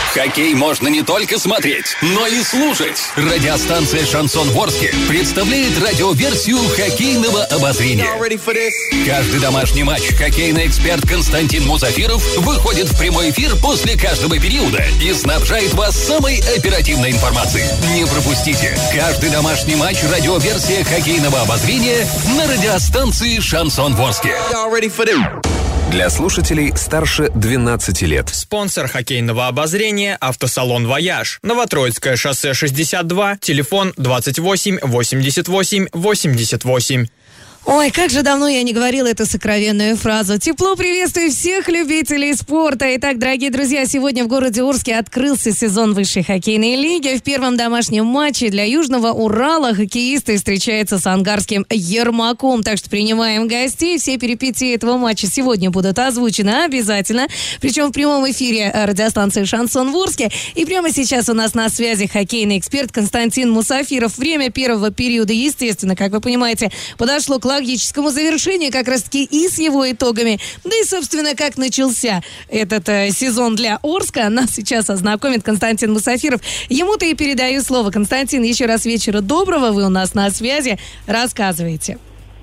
Хоккей можно не только смотреть, но и слушать. Радиостанция «Шансон Ворске» представляет радиоверсию хоккейного обозрения. Каждый домашний матч хоккейный эксперт Константин Мусафиров выходит в прямой эфир после каждого периода и снабжает вас самой оперативной информацией. Не пропустите каждый домашний матч радиоверсия хоккейного обозрения на радиостанции «Шансон Ворске». Для слушателей старше 12 лет. Спонсор хоккейного обозрения — автосалон «Вояж». Новотроицкое шоссе 62, телефон 28 88 88. Ой, как же давно я не говорила эту сокровенную фразу. Тепло приветствую всех любителей спорта. Итак, дорогие друзья, сегодня в городе Орске открылся сезон высшей хоккейной лиги. В первом домашнем матче для Южного Урала хоккеисты встречаются с ангарским Ермаком. Так что принимаем гостей. Все перипетии этого матча сегодня будут озвучены обязательно. Причем в прямом эфире радиостанции «Шансон Ворске». И прямо сейчас у нас на связи хоккейный эксперт Константин Мусафиров. Время первого периода, естественно, как вы понимаете, подошло к логическому завершению, как раз-таки и с его итогами. Да и, собственно, как начался этот сезон для Орска, нас сейчас ознакомит Константин Мусафиров. Ему-то и передаю слово. Константин, еще раз вечера доброго. Вы у нас на связи. Рассказывайте.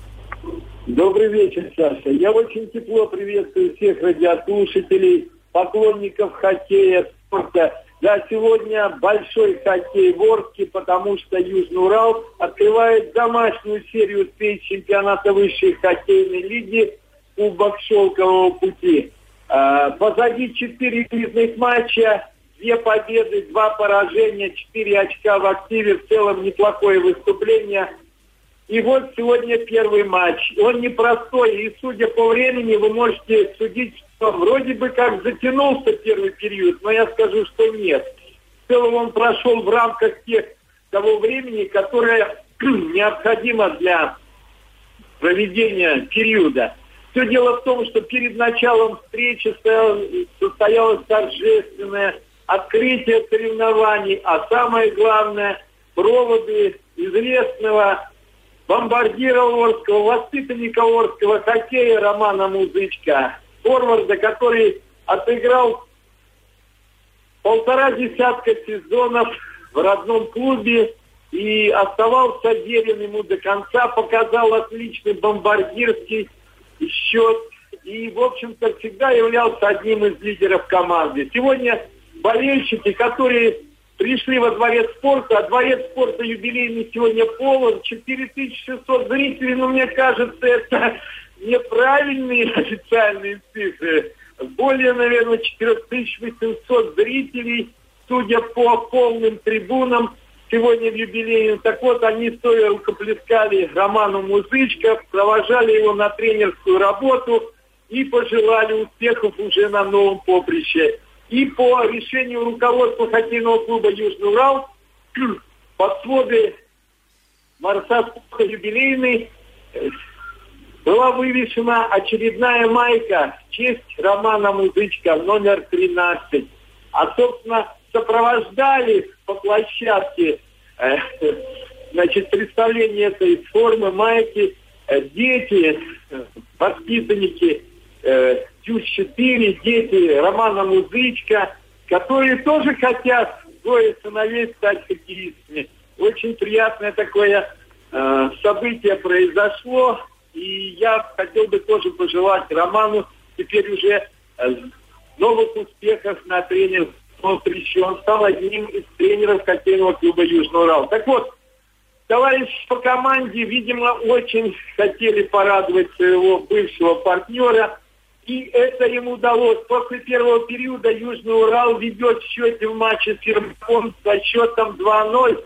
Добрый вечер, Саша. Я очень тепло приветствую всех радиослушателей, поклонников хоккея, спорта. Да, сегодня большой хоккей в Орске, потому что Южный Урал открывает домашнюю серию встреч чемпионата высшей хоккейной лиги Кубок Шелкового пути. Позади 4 ризных матча, 2 победы, 2 поражения, 4 очка в активе. В целом неплохое выступление. И вот сегодня первый матч. Он непростой, и судя по времени, вы можете судить, что вроде бы как затянулся первый период, но я скажу, что нет. В целом он прошел в рамках того времени, которое необходимо для проведения периода. Все дело в том, что перед началом встречи состоялось торжественное открытие соревнований, а самое главное, проводы известного бомбардира Орского, воспитанника Орского хоккея Романа Музычка, форварда, который отыграл 1,5 десятка сезонов в родном клубе и оставался верен ему до конца, показал отличный бомбардирский счет и, в общем-то, всегда являлся одним из лидеров команды. Сегодня болельщики, которые пришли во Дворец спорта, а Дворец спорта юбилейный сегодня полон, 4600 зрителей, но мне кажется, это неправильные официальные цифры. Более, наверное, 4800 зрителей, судя по полным трибунам, сегодня в юбилейном. Так вот, они стоя рукоплескали Роману Музычко, провожали его на тренерскую работу и пожелали успехов уже на новом поприще. И по решению руководства хоккейного клуба «Южный Урал» под своды дворца спорта юбилейный была вывешена очередная майка в честь Романа Музычка, номер 13. А, собственно, сопровождали по площадке представление этой формы майки дети, воспитанники ТЮЗ-4, дети Романа Музычка, которые тоже хотят, 2 сыновей, стать хоккеистами. Очень приятное такое событие произошло, и я хотел бы тоже пожелать Роману теперь уже новых успехов на тренерском поприще. Он стал одним из тренеров хоккейного клуба «Южный Урал». Так вот, товарищи по команде, видимо, очень хотели порадовать своего бывшего партнера, и это ему удалось. После первого периода Южный Урал ведет в счете в матче с Ермаком со счетом 2-0.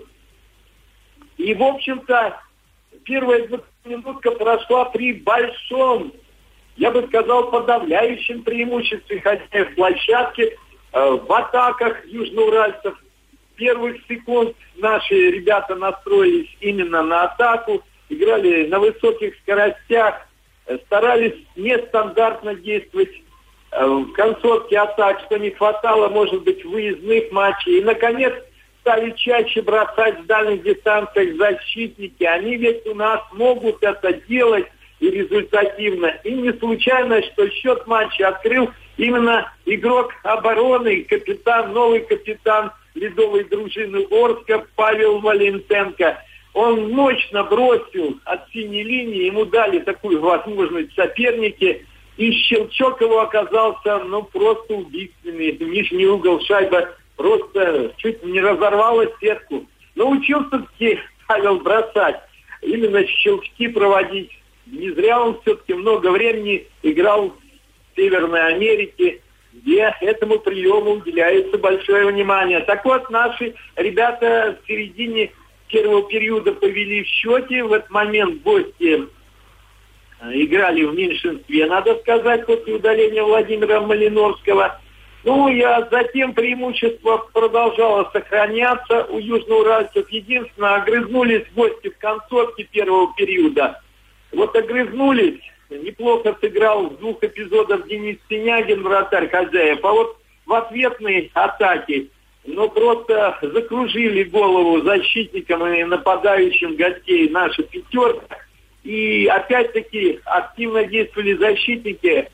И, в общем-то, первая 20-минутка прошла при большом, я бы сказал, подавляющем преимуществе хозяев площадки в атаках южноуральцев. С первых секунд наши ребята настроились именно на атаку, играли на высоких скоростях, старались нестандартно действовать в концовке атак, что не хватало, может быть, выездных матчей. И, наконец, стали чаще бросать в дальних дистанциях защитники. Они ведь у нас могут это делать и результативно. И не случайно, что счет матча открыл именно игрок обороны, новый капитан ледовой дружины Орска Павел Валентенко. Он мощно бросил от синей линии, ему дали такую возможность соперники, и щелчок его оказался, просто убийственный. Нижний угол шайба просто чуть не разорвала сетку. Научился-таки Павел бросать, именно щелчки проводить. Не зря он все-таки много времени играл в Северной Америке, где этому приему уделяется большое внимание. Так вот, наши ребята в середине первого периода повели в счете. В этот момент гости играли в меньшинстве, надо сказать, после удаления Владимира Малиновского. А затем преимущество продолжало сохраняться у южноуральцев. Единственное, огрызнулись гости в концовке первого периода. Огрызнулись, неплохо сыграл в 2 эпизодах Денис Синягин, вратарь хозяев. А в ответной атаке, просто закружили голову защитникам и нападающим гостей наша пятерка. И опять-таки активно действовали защитники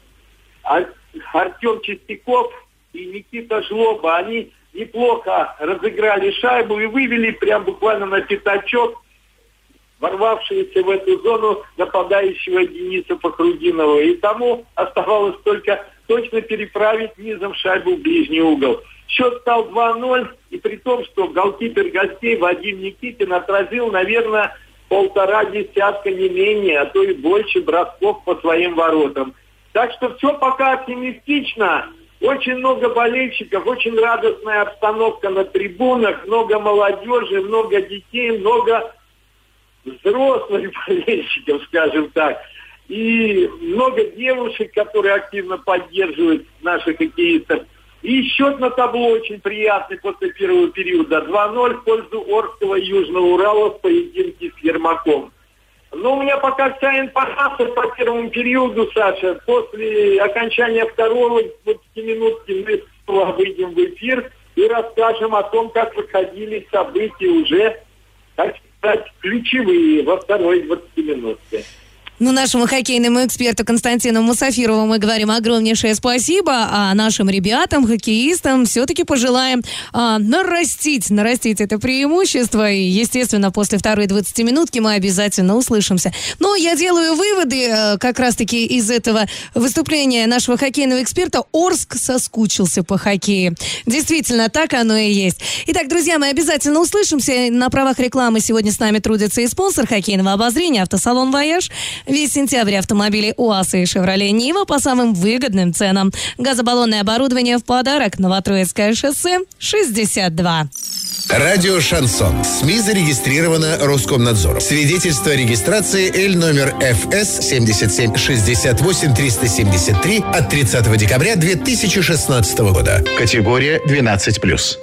Артем Чистяков и Никита Жлоба. Они неплохо разыграли шайбу и вывели прям буквально на пятачок ворвавшиеся в эту зону нападающего Дениса Фахрудинова. И тому оставалось только точно переправить низом шайбу в ближний угол. Счет стал 2-0, и при том, что голкипер гостей Вадим Никитин отразил, наверное, 1,5 десятка, не менее, а то и больше бросков по своим воротам. Так что все пока оптимистично. Очень много болельщиков, очень радостная обстановка на трибунах, много молодежи, много детей, много взрослых болельщиков, скажем так. И много девушек, которые активно поддерживают наших хоккеистов. И счет на табло очень приятный после первого периода. 2-0 в пользу Орского и Южного Урала в поединке с Ермаком. У меня пока вся информация по первому периоду, Саша. После окончания второго 20-минутки мы выйдем в эфир и расскажем о том, как проходили события уже, так сказать, ключевые во второй 20-минутке. Нашему хоккейному эксперту Константину Мусафирову мы говорим огромнейшее спасибо, а нашим ребятам, хоккеистам все-таки пожелаем нарастить это преимущество. И, естественно, после второй 20-минутки мы обязательно услышимся. Но я делаю выводы как раз-таки из этого выступления нашего хоккейного эксперта. Орск соскучился по хоккею. Действительно, так оно и есть. Итак, друзья, мы обязательно услышимся. На правах рекламы сегодня с нами трудится и спонсор хоккейного обозрения «Автосалон Вояж». Весь сентябрь автомобили УАЗ и «Шевроле Нива» по самым выгодным ценам. Газобаллонное оборудование в подарок. Новотроицкое шоссе, 62. Радио «Шансон». СМИ зарегистрировано Роскомнадзором. Свидетельство о регистрации Л номер ФС 77 68 373 от 30 декабря 2016 года. Категория 12+.